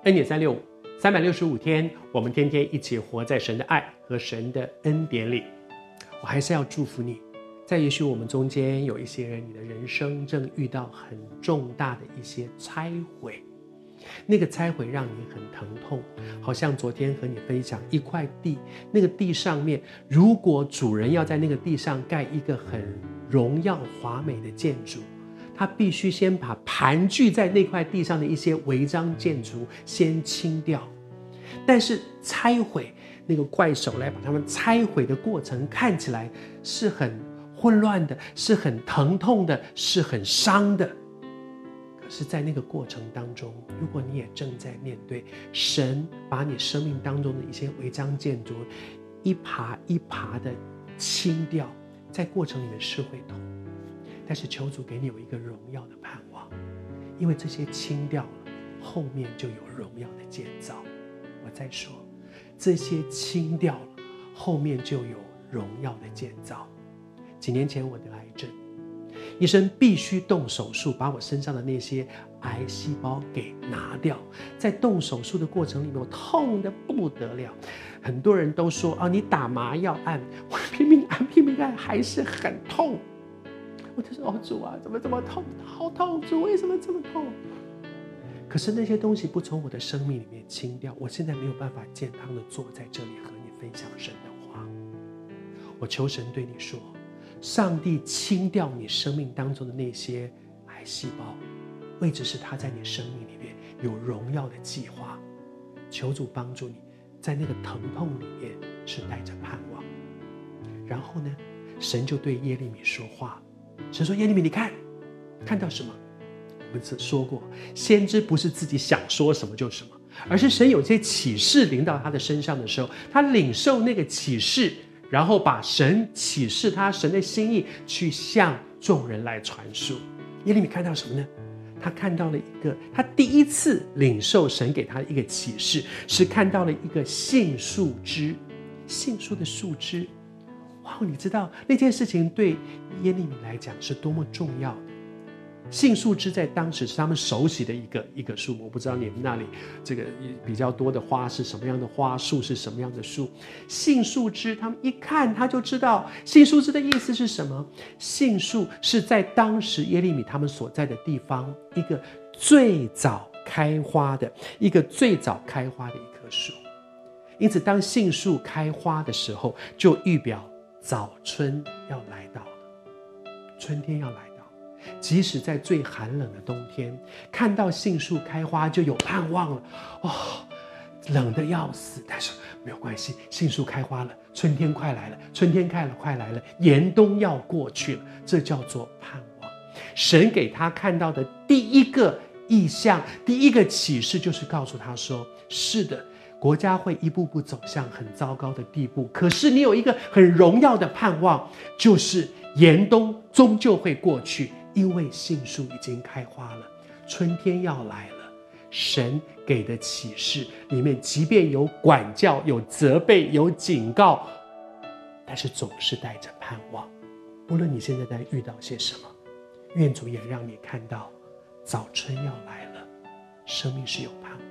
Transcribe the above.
恩典365，365天，我们天天一起活在神的爱和神的恩典里。我还是要祝福你，在也许我们中间有一些人，你的人生正遇到很重大的一些拆毁，那个拆毁让你很疼痛，好像昨天和你分享一块地，那个地上面，如果主人要在那个地上盖一个很荣耀华美的建筑，他必须先把盘踞在那块地上的一些违章建筑先清掉。但是拆毁，那个怪手来把它们拆毁的过程看起来是很混乱的，是很疼痛的，是很伤的。可是在那个过程当中，如果你也正在面对神把你生命当中的一些违章建筑一爬一爬的清掉，在过程里面是会痛，但是求主给你有一个荣耀的盼望，因为这些清掉了，后面就有荣耀的建造。我再说，这些清掉了，后面就有荣耀的建造。几年前我得癌症，医生必须动手术把我身上的那些癌细胞给拿掉。在动手术的过程里面，我痛得不得了。很多人都说你打麻药按，我拼命按还是很痛。我就说主啊，怎么这么痛？好痛！主为什么这么痛？可是那些东西不从我的生命里面清掉，我现在没有办法健康的坐在这里和你分享神的话。我求神对你说，上帝清掉你生命当中的那些癌细胞，为的是他在你生命里面有荣耀的计划。求主帮助你，在那个疼痛里面是带着盼望。然后呢，神就对耶利米说话。神说：耶利米，你看到什么？我们说过，先知不是自己想说什么就什么，而是神有些启示临到他的身上的时候，他领受那个启示，然后把神启示他神的心意去向众人来传述。耶利米看到什么呢？他看到了一个，他第一次领受神给他的一个启示，是看到了一个杏树枝，杏树的树枝。哇，你知道那件事情对耶利米来讲是多么重要的。杏树枝在当时是他们熟悉的一个树木，我不知道你们那里这个比较多的花是什么样的花，树是什么样的树。杏树枝他们一看他就知道杏树枝的意思是什么。杏树是在当时耶利米他们所在的地方一个最早开花的一棵树，因此当杏树开花的时候，就预表早春要来到了，春天要来到。即使在最寒冷的冬天，看到杏树开花就有盼望了。冷得要死，但是没有关系，杏树开花了，春天快来了，快来了，严冬要过去了，这叫做盼望。神给他看到的第一个意象，第一个启示，就是告诉他说，是的，国家会一步步走向很糟糕的地步，可是你有一个很荣耀的盼望，就是严冬终究会过去，因为杏树已经开花了，春天要来了。神给的启示里面，即便有管教，有责备，有警告，但是总是带着盼望。无论你现在在遇到些什么，愿主也让你看到早春要来了，生命是有盼望。